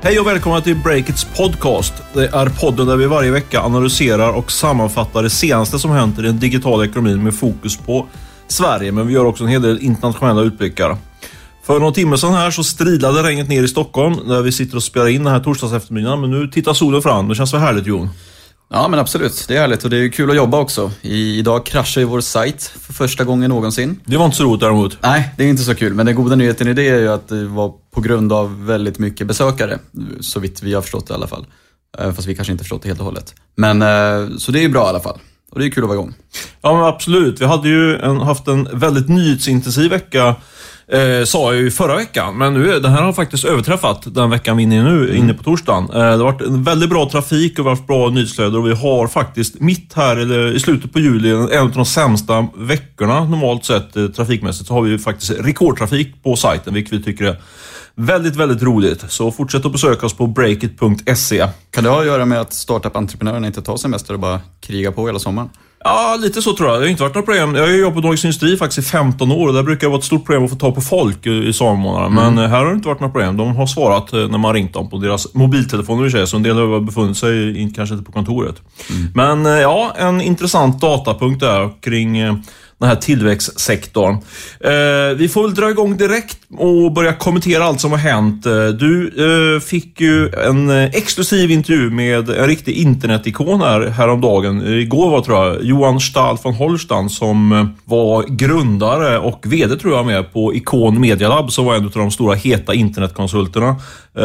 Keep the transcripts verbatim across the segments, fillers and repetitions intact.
Hej och välkomna till Breakits podcast. Det är podden där vi varje vecka analyserar och sammanfattar det senaste som hänt i den digitala ekonomin med fokus på Sverige, men vi gör också en hel del internationella utblickar. För någon timme sedan här så strilade regnet ner i Stockholm där vi sitter och spelar in den här torsdags eftermiddagen, men nu tittar solen fram. Det känns så härligt, Jon. Ja, men absolut. Det är härligt och det är kul att jobba också. I, idag kraschar ju vår sajt för första gången någonsin. Det var inte så roligt däremot. Nej, det är inte så kul. Men den goda nyheten i det är ju att det var på grund av väldigt mycket besökare. Så vitt vi har förstått det i alla fall. Fast vi kanske inte förstått det helt och hållet. Men så det är ju bra i alla fall. Och det är kul att vara igång. Ja, men absolut. Vi hade ju en, haft en väldigt nyhetsintensiv vecka. Eh, sa jag ju förra veckan, men nu, den här har faktiskt överträffat den veckan vi är inne nu, mm. inne på torsdagen. Eh, det har varit en väldigt bra trafik och varit bra nyhetsflöde och vi har faktiskt mitt här, eller i slutet på juli, en av de sämsta veckorna normalt sett eh, trafikmässigt, så har vi faktiskt rekordtrafik på sajten, vilket vi tycker är väldigt, väldigt roligt. Så fortsätt att besöka oss på breakit punkt se. Kan det ha att göra med att startup-entreprenörerna inte tar semester och bara krigar på hela sommaren? Ja, lite så tror jag. Det har inte varit något problem. Jag har ju jobbat på Dagens Industri faktiskt i femton år och där brukar det vara ett stort problem att få ta på folk i sommarmånaderna. Mm. Men här har det inte varit något problem. De har svarat när man ringt dem på deras mobiltelefoner i sig, så en del har befunnit sig kanske inte på kontoret. Mm. Men ja, en intressant datapunkt där kring den här tillväxtsektorn. Eh, vi får väl dra igång direkt och börja kommentera allt som har hänt. Du eh, fick ju en exklusiv intervju med en riktig internetikon här häromdagen. Igår var, tror jag, Johan Stahl von Holstein som var grundare och vd, tror jag, med på Icon Media Lab, som var en av de stora heta internetkonsulterna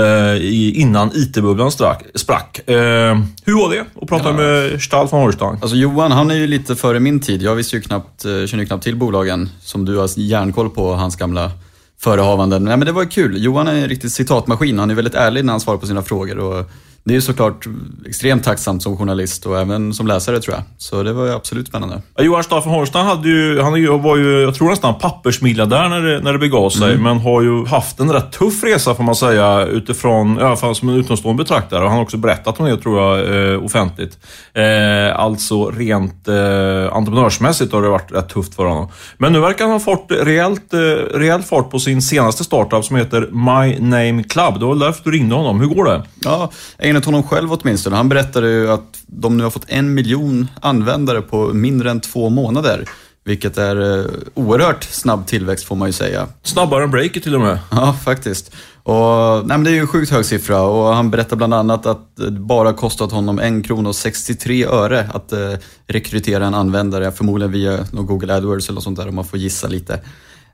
eh, innan I T-bubblan sprack. Eh, hur var det att prata ja. med Stahl von Holstein? Alltså Johan, han är ju lite före min tid. Jag visste ju knappt känner knappt till bolagen som du har järnkoll på, hans gamla förehavanden. Nej, men det var kul. Johan är en riktig citatmaskin. Han är väldigt ärlig när han svarar på sina frågor och det är ju såklart extremt tacksamt som journalist och även som läsare, tror jag. Så det var ju absolut spännande. Ja, Johan Stahl von Holstein hade ju, han var ju, jag tror nästan pappersmiljardär när det, när det begav sig, mm. men har ju haft en rätt tuff resa, får man säga, utifrån, i alla fall som en utomstående betraktare. Och han har också berättat om det, tror jag, eh, offentligt. Eh, alltså rent eh, entreprenörsmässigt har det varit rätt tufft för honom. Men nu verkar han ha fått rejält, eh, rejält fart på sin senaste startup som heter My Name Club. Det var därför du ringde honom. Hur går det? Ja, enligt honom själv åtminstone. Han berättade ju att de nu har fått en miljon användare på mindre än två månader. Vilket är eh, oerhört snabb tillväxt, får man ju säga. Snabbare än Breakit till och med. Ja, faktiskt. Och, nej, men det är ju en sjukt hög siffra. Och han berättar bland annat att det bara kostat honom en krona och sextiotre öre att eh, rekrytera en användare. Förmodligen via någon Google AdWords eller sånt där, om man får gissa lite. Uh,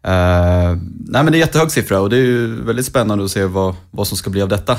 nej, men det är jättehög siffra och det är ju väldigt spännande att se vad, vad som ska bli av detta.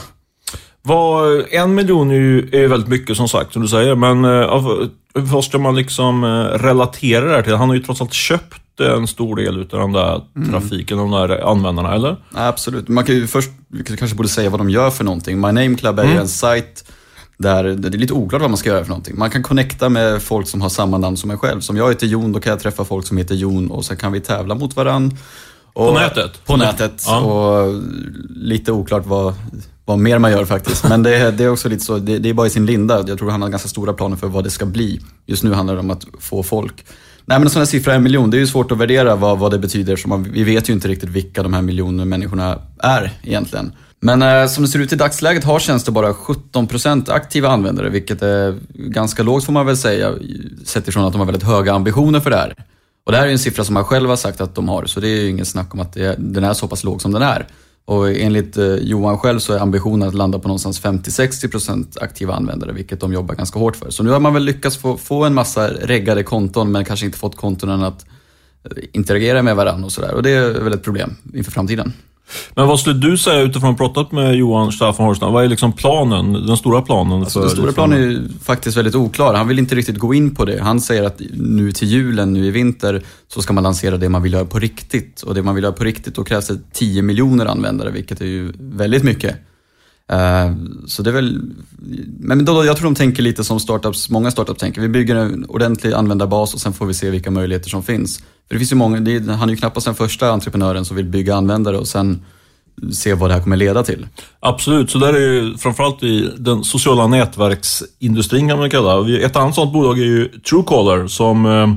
Vad, en miljon är ju är väldigt mycket, som sagt, som du säger, men uh, vad ska man liksom uh, relatera det här till? Han har ju trots allt köpt en stor del av den där mm. trafiken, de där användarna, eller? Ja, absolut. Man kan ju först, vi kanske borde säga vad de gör för någonting. My Name Club är mm. ju en sajt där det är lite oklart vad man ska göra för någonting. Man kan connecta med folk som har samma namn som en själv. Som jag heter Jon, då kan jag träffa folk som heter Jon och sen kan vi tävla mot varann. Och, på nätet? På nätet. Ja. Och lite oklart vad... vad mer man gör faktiskt. Men det är, det är också lite så, det, det är bara i sin linda. Jag tror han har ganska stora planer för vad det ska bli. Just nu handlar det om att få folk. Nej, men en sån här siffra, en miljon, det är ju svårt att värdera vad, vad det betyder. Så man, vi vet ju inte riktigt vilka de här miljoner människorna är egentligen. Men eh, som det ser ut i dagsläget har tjänster bara sjutton procent aktiva användare. Vilket är ganska lågt, får man väl säga. Sett ifrån att de har väldigt höga ambitioner för det här. Och det här är ju en siffra som man själv har sagt att de har. Så det är ju ingen snack om att det, den är så pass låg som den är. Och enligt eh, Johan själv så är ambitionen att landa på någonstans femtio till sextio procent aktiva användare, vilket de jobbar ganska hårt för. Så nu har man väl lyckats få, få en massa reggade konton, men kanske inte fått kontonen att interagera med varandra och sådär. Och det är väl ett problem inför framtiden. Men vad skulle du säga utifrån pratat med Johan Stahl von Holstein? Vad är liksom planen, den stora planen? Alltså, för, den stora liksom... planen är ju faktiskt väldigt oklar. Han vill inte riktigt gå in på det. Han säger att nu till julen, nu i vinter, så ska man lansera det man vill göra på riktigt. Och det man vill göra på riktigt, då krävs det tio miljoner användare, vilket är ju väldigt mycket. Uh, så det är väl... Men då, jag tror de tänker lite som startups, många startups tänker. Vi bygger en ordentlig användarbas och sen får vi se vilka möjligheter som finns. För det finns ju många, det är, han är ju knappast den första entreprenören som vill bygga användare och sen se vad det här kommer leda till. Absolut, så där är ju framförallt i den sociala nätverksindustrin kan man kalla det. Ett annat sådant bolag är ju Truecaller som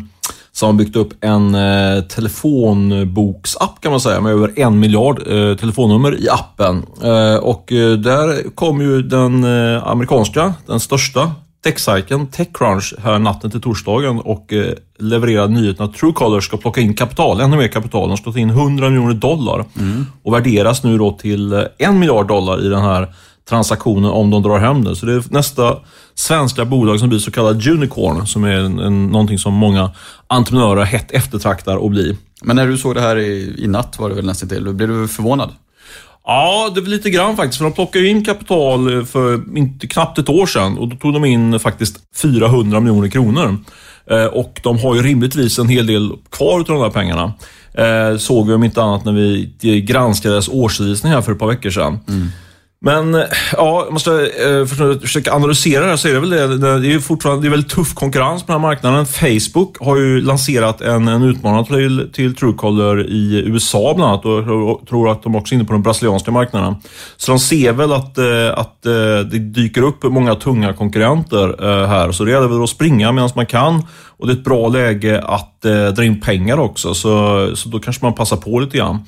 som har byggt upp en eh, telefonboksapp kan man säga med över en miljard eh, telefonnummer i appen. Eh, och eh, där kom ju den eh, amerikanska, den största techsajten TechCrunch här natten till torsdagen och eh, levererade nyheten att Truecaller ska plocka in kapital, ännu mer kapital. De ska ta in hundra miljoner dollar mm. och värderas nu då till eh, en miljard dollar i den här transaktionen om de drar hem det. Så det är nästa svenska bolag som blir så kallad unicorn, som är en, en, någonting som många entreprenörer hett eftertraktar att bli. Men när du såg det här i, i natt var det väl nästan till, blev du förvånad? Ja, det var lite grann faktiskt, för de plockade in kapital för inte knappt ett år sedan och då tog de in faktiskt fyrahundra miljoner kronor. Eh, och de har ju rimligtvis en hel del kvar av de här pengarna. Eh, såg vi om inte annat när vi granskade deras årsredovisning här för ett par veckor sedan. Mm. Men ja, jag måste eh, försöka analysera det här, så är det väl det. Det är ju fortfarande det är väldigt tuff konkurrens på den här marknaden. Facebook har ju lanserat en, en utmanare till, till Truecaller i U S A bland annat, och, och tror att de också är inne på den brasilianska marknaden. Så de ser väl att, eh, att eh, det dyker upp många tunga konkurrenter eh, här. Så det gäller väl att springa medan man kan. Och det är ett bra läge att eh, dra in pengar också. Så, så då kanske man passar på lite grann.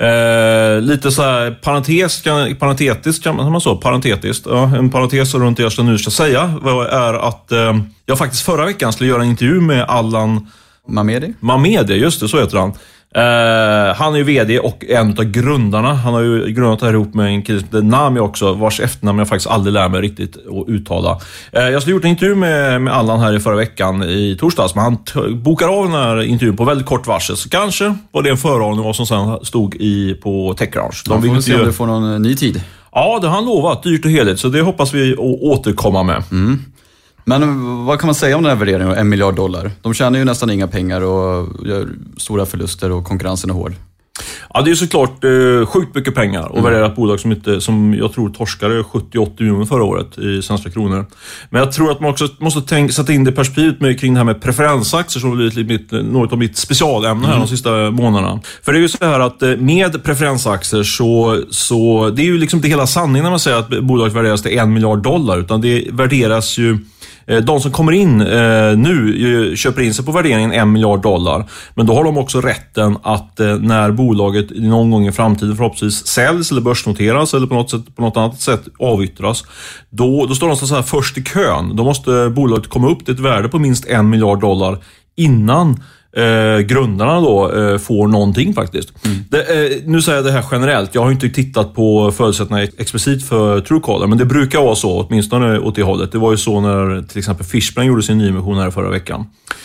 Eh, lite så här parentes, parentetiskt kan man så, parentetiskt. Ja, en parentes runt det jag nu ska säga är att eh, jag faktiskt förra veckan skulle göra en intervju med Allan Mamedi. Mamedi, just det, så heter han. Uh, han är ju vd och en av grundarna. Han har ju grundat det här ihop med en kille som heter Nami också, vars efternamn jag faktiskt aldrig lär mig riktigt att uttala. Uh, jag skulle gjort en intervju med, med Allan här i förra veckan i torsdags, men han t- bokar av den här intervjun på väldigt kort varsel. Så kanske var det en föraning vad som sen stod i på TechCrunch. De vill se om du får någon ny tid. Ja, det har han lovat, dyrt och heligt. Så det hoppas vi att återkomma med. Mm. Men vad kan man säga om den här värderingen? En miljard dollar. De tjänar ju nästan inga pengar och gör stora förluster och konkurrensen är hård. Ja, det är såklart eh, sjukt mycket pengar och mm. värderar ett bolag som, inte, som jag tror torskade sjuttio till åttio miljoner förra året i svenska kronor. Men jag tror att man också måste tänka, sätta in det perspektivet med, kring det här med preferensaktier som har blivit mitt, något av mitt specialämne här mm. de sista månaderna. För det är ju så här att med preferensaktier så, så det är ju liksom inte hela sanningen när man säger att bolaget värderas till en miljard dollar, utan det värderas ju. De som kommer in eh, nu köper in sig på värderingen en miljard dollar. Men då har de också rätten att eh, när bolaget någon gång i framtiden förhoppningsvis säljs eller börsnoteras eller på något, sätt, på något annat sätt avyttras. Då, då står de så här först i kön. Då måste bolaget komma upp till ett värde på minst en miljard dollar innan Eh, grundarna då eh, får någonting faktiskt. Mm. Det, eh, nu säger jag det här generellt. Jag har inte tittat på förutsättningarna explicit för Truecaller, men det brukar vara så, åtminstone åt det hållet. Det var ju så när till exempel Fishbrain gjorde sin nyemission här förra veckan.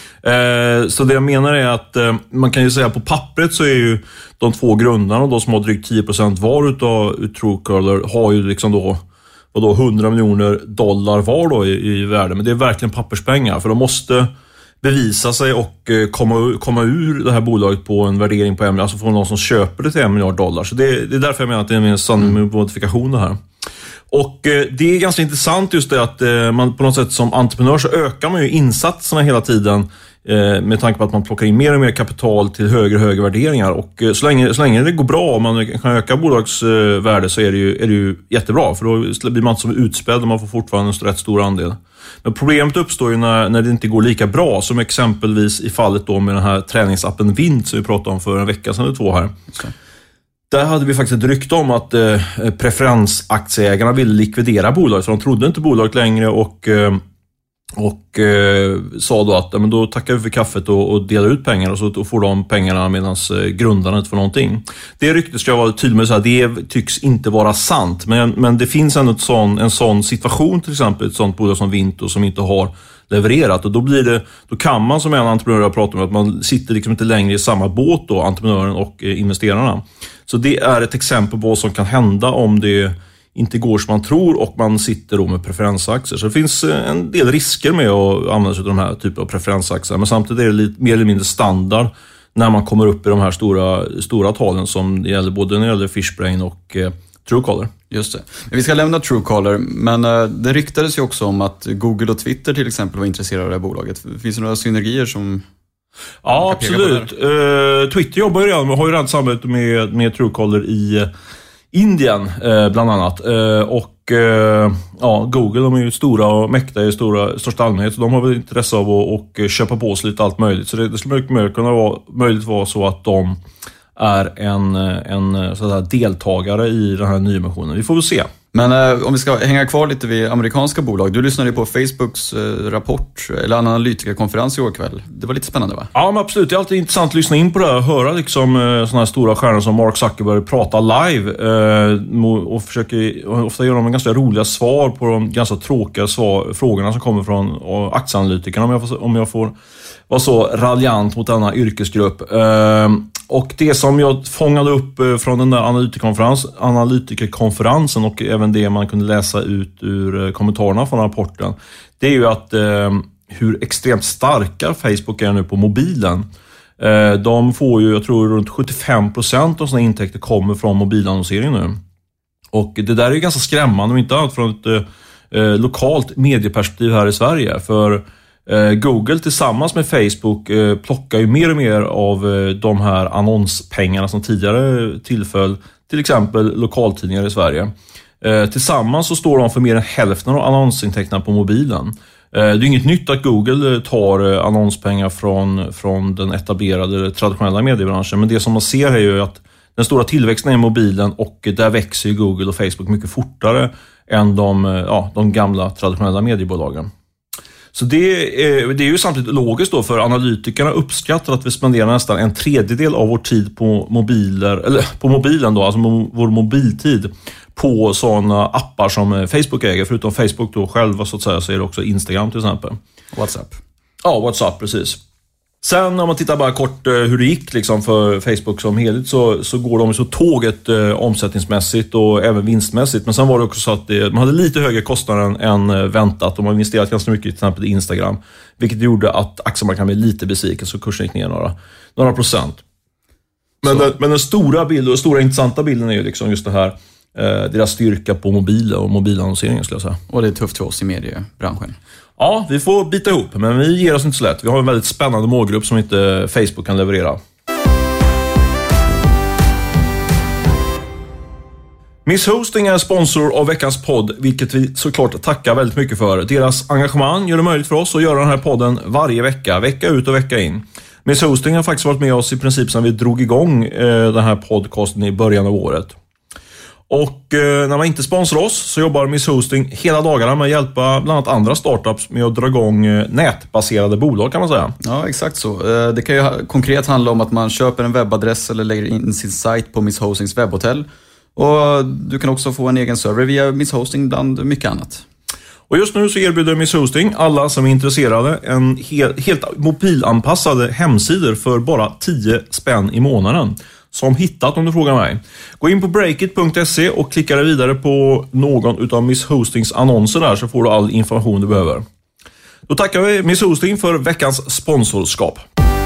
Eh, så det jag menar är att eh, man kan ju säga på pappret så är ju de två grundarna då, som har drygt tio procent var utav Truecaller, har ju liksom då och då hundra miljoner dollar var då i, i värde. Men det är verkligen papperspengar, för de måste bevisa sig och komma, komma ur det här bolaget på en värdering på en, alltså få någon som köper det till en miljard dollar. Så det, det är därför jag menar att det är en sann modifikation det här. Och det är ganska intressant just det att man på något sätt som entreprenör så ökar man ju insatserna hela tiden med tanke på att man plockar in mer och mer kapital till högre och högre värderingar. Och så länge, så länge det går bra och man kan öka bolagsvärde så är det, ju, är det ju jättebra, för då blir man inte som utspelad och man får fortfarande en rätt stor andel. Men problemet uppstår ju när, när det inte går lika bra, som exempelvis i fallet då med den här träningsappen Vint som vi pratade om för en vecka sedan eller två här. Okay. Där hade vi faktiskt ett rykte om att eh, preferensaktieägarna ville likvidera bolaget, för de trodde inte bolaget längre och, eh, och eh, sa då att ja, men då tackar vi för kaffet och, och delar ut pengar, och så och får de pengarna medan eh, grundarna inte får någonting. Det ryktet ska jag vara tydlig med, så här, det tycks inte vara sant, men, men det finns ändå ett sån, en sån situation, till exempel ett sånt bolag som Vinto som inte har levererat, och då blir det, då kan man som en entreprenör jag pratar med att man sitter liksom inte längre i samma båt då, entreprenören och eh, investerarna. Så det är ett exempel på vad som kan hända om det inte går som man tror och man sitter då med preferensaktier. Så det finns en del risker med att använda sig av de här typen av preferensaktier, men samtidigt är det lite, mer eller mindre standard när man kommer upp i de här stora, stora talen som det gäller både när det gäller Fishbrain och eh, Truecaller. Just det. Men vi ska lämna Truecaller, men uh, det ryktades ju också om att Google och Twitter till exempel var intresserade av det här bolaget. Finns det några synergier som... Ja, absolut. Uh, Twitter jobbar ju redan, har ju redan samarbete med, med Truecaller i uh, Indien uh, bland annat. Uh, och uh, ja, Google, de är ju stora och mäktiga i stora, största allmänhet. Så de har väl intresse av att och köpa på sig lite allt möjligt. Så det, det skulle mycket mer kunna vara, möjligt vara så att de är en, en så att säga, deltagare i den här nyemissionen. Vi får väl se. Men eh, om vi ska hänga kvar lite vid amerikanska bolag. Du lyssnade ju på Facebooks eh, rapport, eller en analytikerkonferens igår kväll. Det var lite spännande, va? Ja, men absolut. Det är alltid intressant att lyssna in på det här och höra liksom, eh, såna här stora stjärnor som Mark Zuckerberg prata live eh, och försöker, och ofta gör de ganska roliga svar på de ganska tråkiga svar, frågorna som kommer från aktieanalytikerna, om jag får, om jag får vara så raljant mot denna yrkesgrupp. Eh, och det som jag fångade upp från den där analytikerkonferens, analytikerkonferensen och även det man kunde läsa ut ur kommentarerna från rapporten, det är ju att eh, hur extremt starka Facebook är nu på mobilen. Eh, de får ju, jag tror, runt sjuttiofem procent av sina intäkter kommer från mobilannonsering nu. Och det där är ju ganska skrämmande, om inte annat från ett eh, lokalt medieperspektiv här i Sverige. För eh, Google tillsammans med Facebook eh, plockar ju mer och mer av eh, de här annonspengarna som tidigare tillföll till exempel lokaltidningar i Sverige. Eh, tillsammans så står de för mer än hälften av annonsintäkterna på mobilen. Det är inget nytt att Google tar annonspengar från, från den etablerade traditionella mediebranschen, men det som man ser är ju att den stora tillväxten är i mobilen, och där växer ju Google och Facebook mycket fortare än de, ja, de gamla traditionella mediebolagen. Så det är, det är ju samtidigt logiskt då, för analytikerna uppskattar att vi spenderar nästan en tredjedel av vår tid på mobiler, eller på mobilen då, alltså vår mobiltid på sådana appar som Facebook äger. Förutom Facebook då själva så att säga, så är det också Instagram till exempel. WhatsApp. Ja, WhatsApp, precis. Sen om man tittar bara kort hur det gick liksom för Facebook som helhet, så, så går de så tåget eh, omsättningsmässigt och även vinstmässigt. Men sen var det också så att det, man hade lite högre kostnader än, än väntat, och man investerat ganska mycket i till exempel i Instagram. Vilket gjorde att aktiemarknaden blev lite besviken, så kursen gick ner några, några procent. Men den, men den stora bilden, och stora intressanta bilden är ju liksom just det här, eh, deras styrka på mobiler och mobilannonseringen skulle jag säga. Och det är tufft för oss i mediebranschen. Ja, vi får bita ihop, men vi ger oss inte så lätt. Vi har en väldigt spännande målgrupp som inte Facebook kan leverera. Miss Hosting är sponsor av veckans podd, vilket vi såklart tackar väldigt mycket för. Deras engagemang gör det möjligt för oss att göra den här podden varje vecka, vecka ut och vecka in. Miss Hosting har faktiskt varit med oss i princip sedan vi drog igång eh, den här podcasten i början av året. Och eh, när man inte sponsrar oss så jobbar Miss Hosting hela dagarna med att hjälpa bland annat andra startups med att dra igång eh, nätbaserade bolag, kan man säga. Ja, exakt så. Eh, det kan ju ha- konkret handla om att man köper en webbadress eller lägger in sin sajt på Miss Hostings webbhotell. Och du kan också få en egen server via Miss Hosting bland mycket annat. Och just nu så erbjuder Miss Hosting alla som är intresserade en helt, helt mobilanpassade hemsidor för bara tio spänn i månaden. Som hittat, om du frågar mig. Gå in på breakit punkt se och klicka dig vidare på någon utav Miss Hostings annonser där, så får du all information du behöver. Då tackar vi Miss Hosting för veckans sponsorskap.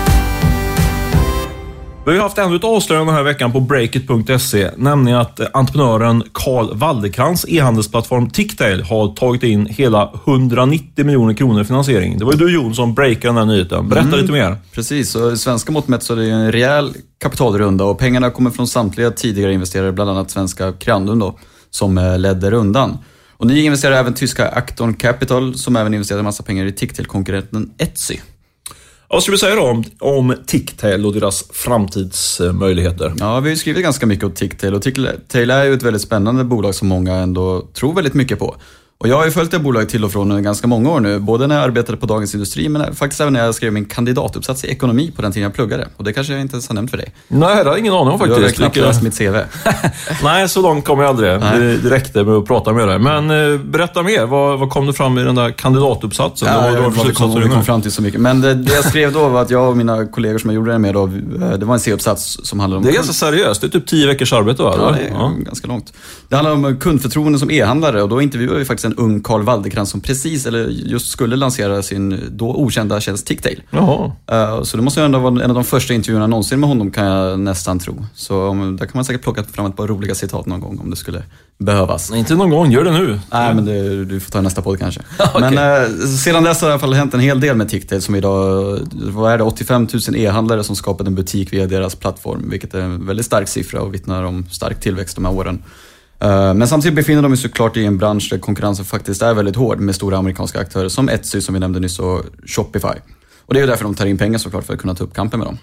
Vi har haft ännu ett avslöjande den här veckan på breakit punkt se, nämligen att entreprenören Carl Waldekrans e-handelsplattform Ticktail har tagit in hela hundranittio miljoner kronor i finansiering. Det var ju du, Jon, som breakade den här nyheten. Berätta mm, lite mer. Precis, och i svenska mått mätt så är det en rejäl kapitalrunda, och pengarna kommer från samtliga tidigare investerare, bland annat svenska Crandum då, som ledde rundan. Och ni investerar även tyska Acton Capital, som även investerar en massa pengar i Ticktail-konkurrenten Etsy. Vad ska vi säga då om, om Ticktail och deras framtidsmöjligheter? Ja, vi har ju skrivit ganska mycket om Ticktail, och Ticktail är ju ett väldigt spännande bolag som många ändå tror väldigt mycket på. Och jag har ju följt det bolaget till och från ganska många år nu, både när jag arbetade på Dagens Industri, men faktiskt även när jag skrev min kandidatuppsats i ekonomi på den tiden jag pluggade. Och det kanske jag inte ens har nämnt för dig. Nej, det har ingen aning om faktiskt. Du har knappt läst mitt C V. Nej, så långt kom jag aldrig. Det, det räckte med att prata med dig. Men eh, berätta mer, vad, vad kom du fram i den där kandidatuppsatsen? Ja, det var, jag vet inte om vi kom fram till så mycket. Men det, det jag skrev då var att jag och mina kollegor som jag gjorde det med då, det var en C-uppsats som handlade om... Det är ganska seriöst, det är typ tio veckors arbete, va? Ja, det är ja. ganska långt. Det handlar om kundförtroende som e-handlare, och då intervjuade vi faktiskt en ung Carl Waldekrans som precis, eller just skulle lansera sin då okända tjänst Ticktail. Jaha. Uh, så det måste ju ändå vara en av de första intervjuerna någonsin med honom, kan jag nästan tro. Så um, där kan man säkert plocka fram ett par roliga citat någon gång om det skulle behövas. Nej, inte någon gång, gör det nu. Nej, men det, du får ta nästa podd kanske. Okay. Men uh, sedan dess har det i alla fall hänt en hel del med Ticktail, som idag, vad är det, åttiofem tusen e-handlare som skapat en butik via deras plattform, vilket är en väldigt stark siffra och vittnar om stark tillväxt de här åren. Men samtidigt befinner de sig såklart i en bransch där konkurrensen faktiskt är väldigt hård med stora amerikanska aktörer som Etsy som vi nämnde nyss och Shopify. Och det är ju därför de tar in pengar såklart för att kunna ta upp kampen med dem.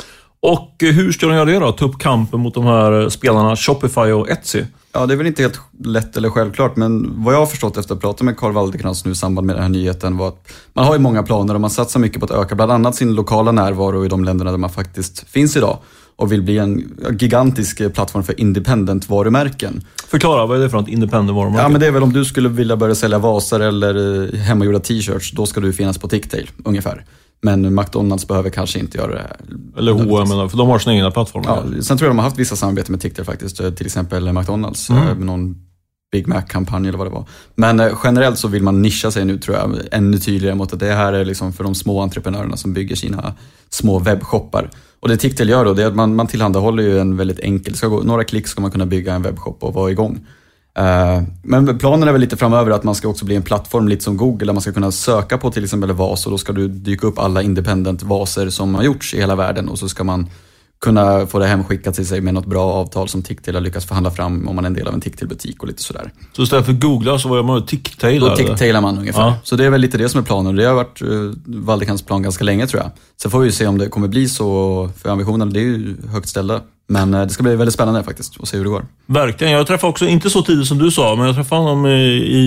Och hur ska de göra det då? Ta upp kampen mot de här spelarna Shopify och Etsy? Ja, det är väl inte helt lätt eller självklart, men vad jag har förstått efter att prata med Carl Waldekrans nu i samband med den här nyheten var att man har ju många planer och man satsar mycket på att öka bland annat sin lokala närvaro i de länderna där man faktiskt finns idag och vill bli en gigantisk plattform för independent varumärken. Förklara, vad är det för ett independent varumärke? Ja, men det är väl om du skulle vilja börja sälja vasar eller hemmagjorda t-shirts, då ska du finnas på Ticktail ungefär. Men McDonalds behöver kanske inte göra det. Eller H och M, för de har sina egna plattformar. Ja, sen tror jag de har haft vissa samarbeten med Ticktail faktiskt. Till exempel McDonalds, mm. med någon Big Mac-kampanj eller vad det var. Men eh, generellt så vill man nischa sig nu, tror jag, ännu tydligare mot att det här är liksom för de små entreprenörerna som bygger sina små webbshoppar. Och det Ticktail gör då, det är att man, man tillhandahåller ju en väldigt enkel, ska gå, några klick ska man kunna bygga en webbshop och vara igång. Uh, men planen är väl lite framöver att man ska också bli en plattform lite som Google där man ska kunna söka på till exempel vas och då ska du dyka upp alla independent vaser som har gjorts i hela världen och så ska man kunna få det hemskickat till sig med något bra avtal som Ticktail har lyckats förhandla fram om man är en del av en Ticktail-butik och lite sådär. Så istället för Googla så var man Ticktail? Då Ticktailar man ungefär. Ja. Så det är väl lite det som är planen. Det har varit uh, Waldekrans plan ganska länge, tror jag. Så får vi se om det kommer bli så, för ambitionen, det är ju högt ställda. Men uh, det ska bli väldigt spännande faktiskt att se hur det går. Verkligen. Jag träffade också, inte så tidigt som du sa, men jag träffade honom i,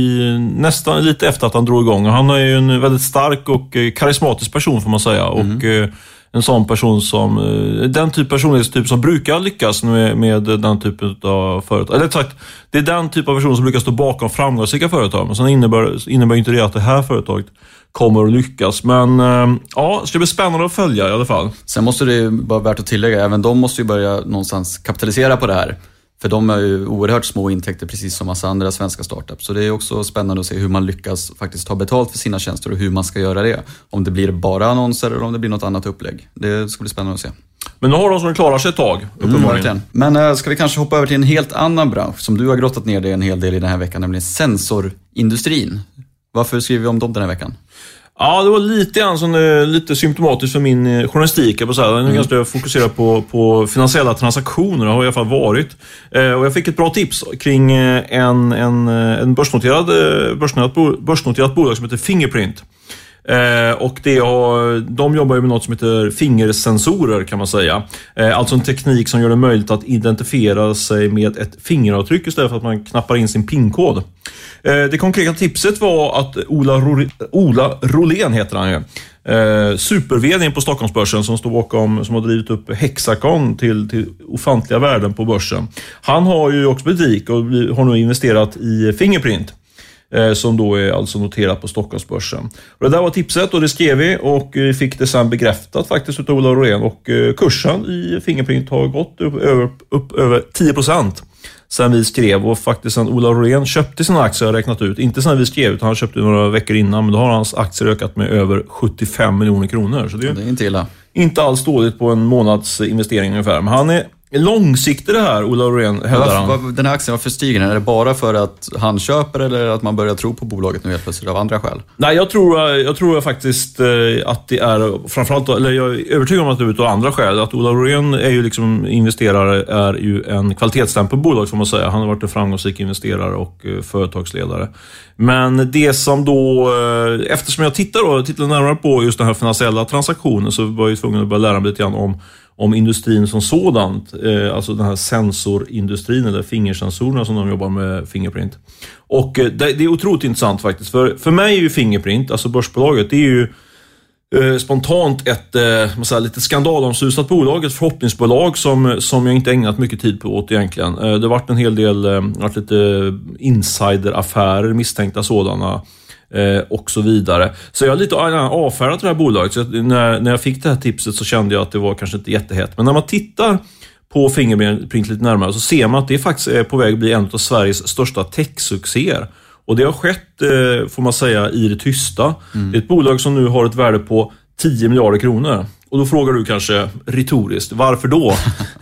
i nästan lite efter att han drog igång. Han är ju en väldigt stark och karismatisk person, får man säga. Mm. Och uh, en sån person som, den typ personlighetstyp som brukar lyckas med, med den typen av företag. Eller sagt, det är den typ av person som brukar stå bakom framgångsrika företag. Men sen innebär, innebär inte det att det här företaget kommer att lyckas. Men ja, det ska bli spännande att följa i alla fall. Sen måste det ju vara värt att tillägga, även de måste ju börja någonstans kapitalisera på det här. För de är ju oerhört små intäkter precis som massa andra svenska startups. Så det är också spännande att se hur man lyckas faktiskt ta betalt för sina tjänster och hur man ska göra det. Om det blir bara annonser eller om det blir något annat upplägg. Det ska bli spännande att se. Men nu har de som klarar sig ett tag, uppenbarligen. Mm, Men äh, ska vi kanske hoppa över till en helt annan bransch som du har grottat ner dig en hel del i den här veckan, nämligen sensorindustrin. Varför skriver vi om dem den här veckan? Ja, det var lite grann som, lite symptomatiskt för min journalistik. Jag är mm. ganska fokuserad på, på finansiella transaktioner, det har i alla fall varit. Eh, och jag fick ett bra tips kring en, en, en börsnoterad, börsnoterat, börsnoterat bolag som heter Fingerprint. Eh, och det har, de jobbar ju med något som heter fingersensorer, kan man säga. Eh, alltså en teknik som gör det möjligt att identifiera sig med ett fingeravtryck istället för att man knappar in sin PIN-kod. Eh, det konkreta tipset var att Ola, Ro- Ola Rolén heter han ju. Eh, super-vdn på Stockholmsbörsen som står bakom, som har drivit upp Hexacon till, till ofantliga värden på börsen. Han har ju också butik och har nu investerat i Fingerprint, som då är alltså noterat på Stockholmsbörsen. Och det där var tipset och det skrev vi och vi fick det sen bekräftat faktiskt utav Ola Rolén och kursen i Fingerprint har gått upp över, upp över tio procent sen vi skrev och faktiskt sen Ola Rolén köpte sina aktier har räknat ut, inte sen vi skrev utan han köpte några veckor innan, men då har hans aktier ökat med över sjuttiofem miljoner kronor. Så det är, det är inte illa. Inte alls dåligt på en månads investering ungefär, men han är långsiktigt det här, Ola Rolén, hävdar han. Varför, den här aktien, varför stiger den? Är det bara för att han köper eller att man börjar tro på bolaget nu helt plötsligt av andra skäl? Nej, jag tror, jag tror faktiskt att det är framförallt, eller jag är övertygad om att det är av andra skäl. Att Ola Rolén är ju liksom investerare, är ju en kvalitetsstämpel på bolag, får man säga. Han har varit en framgångsrik investerare och företagsledare. Men det som då, eftersom jag tittar då, tittar närmare på just den här finansiella transaktionen, så var jag tvungen att börja lära mig lite grann om om industrin som sådant, eh, alltså den här sensorindustrin eller fingersensorerna som de jobbar med Fingerprint. Och eh, det, det är otroligt intressant faktiskt, för, för mig är ju Fingerprint, alltså börsbolaget, det är ju eh, spontant ett eh, man säger, lite skandalomsusat bolag, ett förhoppningsbolag som, som jag inte ägnat mycket tid på åt egentligen. Eh, det har varit en hel del, eh, varit lite insideraffärer, misstänkta sådana, Eh, och så vidare. Så jag har lite avfärdat det här bolaget. Så jag, när, när jag fick det här tipset så kände jag att det var kanske inte jättehett. Men när man tittar på Fingerprint lite närmare så ser man att det faktiskt är på väg att bli en av Sveriges största tech-succéer. Och det har skett, eh, får man säga, i det tysta. Mm. Det är ett bolag som nu har ett värde på tio miljarder kronor. Och då frågar du kanske retoriskt, varför då?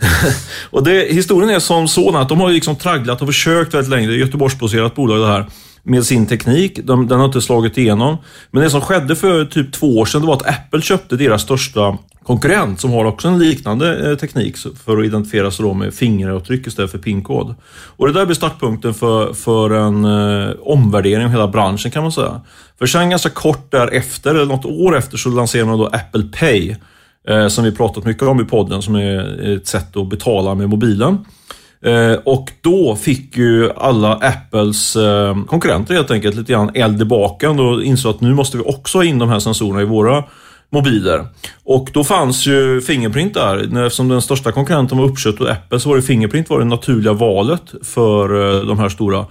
Och det, historien är som sådan att de har liksom tragglat och försökt väldigt länge. Det är ett Göteborgsbaserat bolag det här, med sin teknik. De, den har inte slagit igenom. Men det som skedde för typ två år sedan, det var att Apple köpte deras största konkurrent som har också en liknande eh, teknik för att identifiera sig då med fingeravtryck istället för pinkod. Och det där blir startpunkten för, för en eh, omvärdering av hela branschen kan man säga. För sen ganska kort därefter, eller något år efter, så lanserar man då Apple Pay eh, som vi pratat mycket om i podden, som är ett sätt att betala med mobilen. Eh, och då fick ju alla Apples eh, konkurrenter helt enkelt lite grann eld i baken och insåg att nu måste vi också ha in de här sensorerna i våra mobiler. Och då fanns ju Fingerprint där. Eftersom den största konkurrenten var uppköpt och Apple, så var det Fingerprint var det naturliga valet för eh, de här stora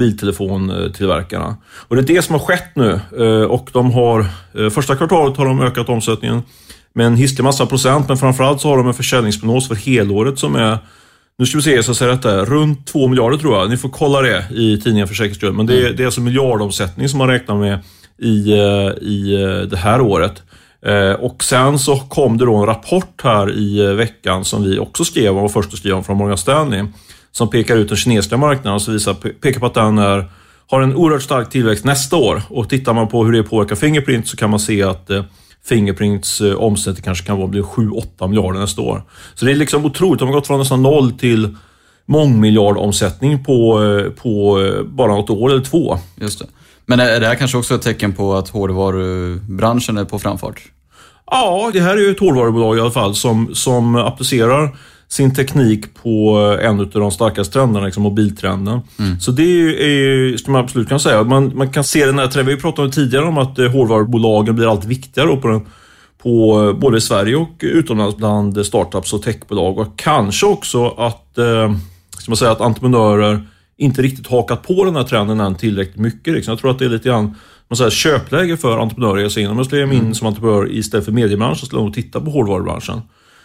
mobiltelefontillverkarna. Och det är det som har skett nu. Eh, och de har, eh, första kvartalet har de ökat omsättningen med en hisklig massa procent, men framförallt så har de en försäljningsprognos för helåret som är, nu ska vi se så säger detta, runt två miljarder tror jag. Ni får kolla det i tidningen för säkerhetsskull. Men det är, det är alltså miljardomsättning som man räknar med i, i det här året. Och sen så kom det då en rapport här i veckan som vi också skrev och var först att skriva om från Morgan Stanley, som pekar ut den kinesiska marknaden och så visar, pekar på att den är, har en oerhört stark tillväxt nästa år. Och tittar man på hur det påverkar Fingerprint så kan man se att Fingerprints eh, omsättning kanske kan vara sju åtta miljarder nästa år. Så det är liksom otroligt. De har gått från nästan noll till mångmiljardomsättning på, eh, på eh, bara något år eller två. Just det. Men är det här kanske också ett tecken på att hårdvarubranschen är på framfart? Ja, det här är ju ett hårdvarubolag i alla fall som, som applicerar sin teknik på en av de starkaste trenderna, liksom mobiltrenden. Mm. Så det är, ska man absolut kunna säga. Man, man kan se den här trenden, vi pratade tidigare om att hårdvarubolagen blir allt viktigare på, den, på både Sverige och utomlands bland startups och techbolag. Och kanske också att, eh, ska man säga, att entreprenörer inte riktigt hakat på den här trenden än tillräckligt mycket. Liksom. Jag tror att det är lite grann man säger, köpläge för entreprenörer. Jag säger, om jag skulle ge mig in som entreprenör istället för mediebranschen så skulle jag nog titta på hårdvarubranschen.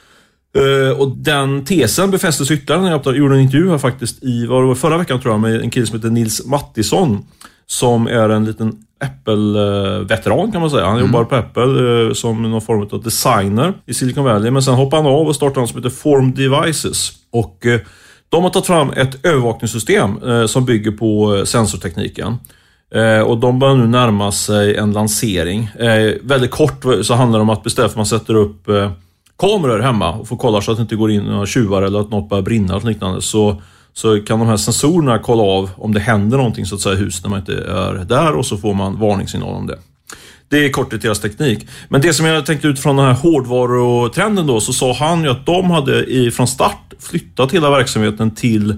Uh, och den tesen befästes ytterligare när jag gjorde en intervju här faktiskt i var det var förra veckan tror jag med en kille som heter Nils Mattisson som är en liten Apple-veteran kan man säga. Han mm. jobbar på Apple uh, som någon form av designer i Silicon Valley, men sen hoppade han av och startade något som heter Form Devices och uh, de har tagit fram ett övervakningssystem uh, som bygger på uh, sensortekniken. Uh, och de börjar nu närma sig en lansering. Uh, väldigt kort så handlar det om att bestämma att man sätter upp uh, kameror hemma och får kolla så att det inte går in några tjuvar eller att något börjar brinna eller liknande, så, så kan de här sensorerna kolla av om det händer någonting så att säga i huset när man inte är där, och så får man varningssignal om det. Det är korthet deras teknik. Men det som jag tänkte utifrån den här hårdvarutrenden då, så sa han ju att de hade i, från start flyttat hela verksamheten till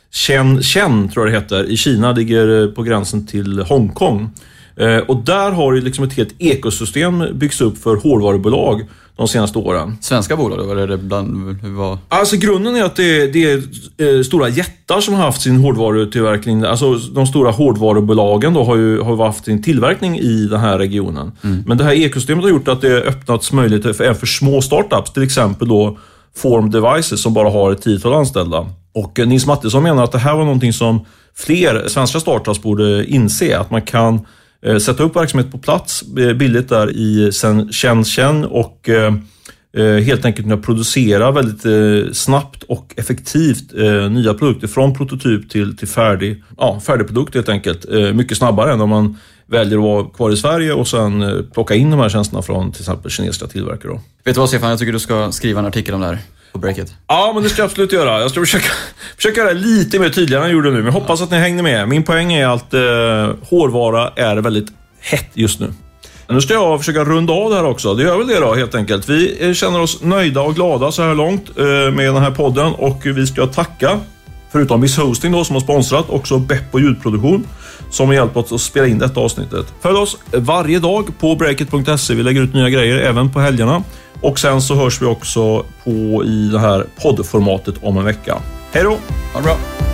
Shenzhen, tror jag det heter, i Kina, ligger på gränsen till Hongkong. Eh, och där har ju liksom ett helt ekosystem byggts upp för hårdvarubolag de senaste åren. Svenska bolag då? Var det bland, var... Alltså grunden är att det, det är stora jättar som har haft sin hårdvarutillverkning. Alltså de stora hårdvarubolagen då har ju har haft sin tillverkning i den här regionen. Mm. Men det här ekosystemet har gjort att det öppnats möjligheter för, för små startups. Till exempel då Form Devices som bara har ett tiotal anställda. Och Nils Mattisson menar att det här var någonting som fler svenska startups borde inse. Att man kan sätta upp verksamhet på plats billigt där i Shenzhen och eh, helt enkelt kunna producera väldigt eh, snabbt och effektivt eh, nya produkter från prototyp till, till färdig, ja, färdig produkt helt enkelt. Eh, mycket snabbare än om man väljer att vara kvar i Sverige och sen eh, plocka in de här tjänsterna från till exempel kinesiska tillverkare. Då. Vet du vad Stefan, jag tycker du ska skriva en artikel om det här på Breakit. Ja, men det ska jag absolut göra. Jag ska försöka, försöka göra det lite mer tydligare än jag gjorde nu. Men jag hoppas att ni hängde med. Min poäng är att eh, hårdvara är väldigt hett just nu. Nu ska jag försöka runda av det här också. Det gör väl det då helt enkelt. Vi känner oss nöjda och glada så här långt eh, med den här podden. Och vi ska tacka, förutom Miss Hosting då som har sponsrat, också Beppo ljudproduktion som har hjälpt oss att spela in detta avsnittet. Följ oss varje dag på breakit punkt se. Vi lägger ut nya grejer även på helgerna. Och sen så hörs vi också på i det här poddformatet om en vecka. Hej då! Ha det bra!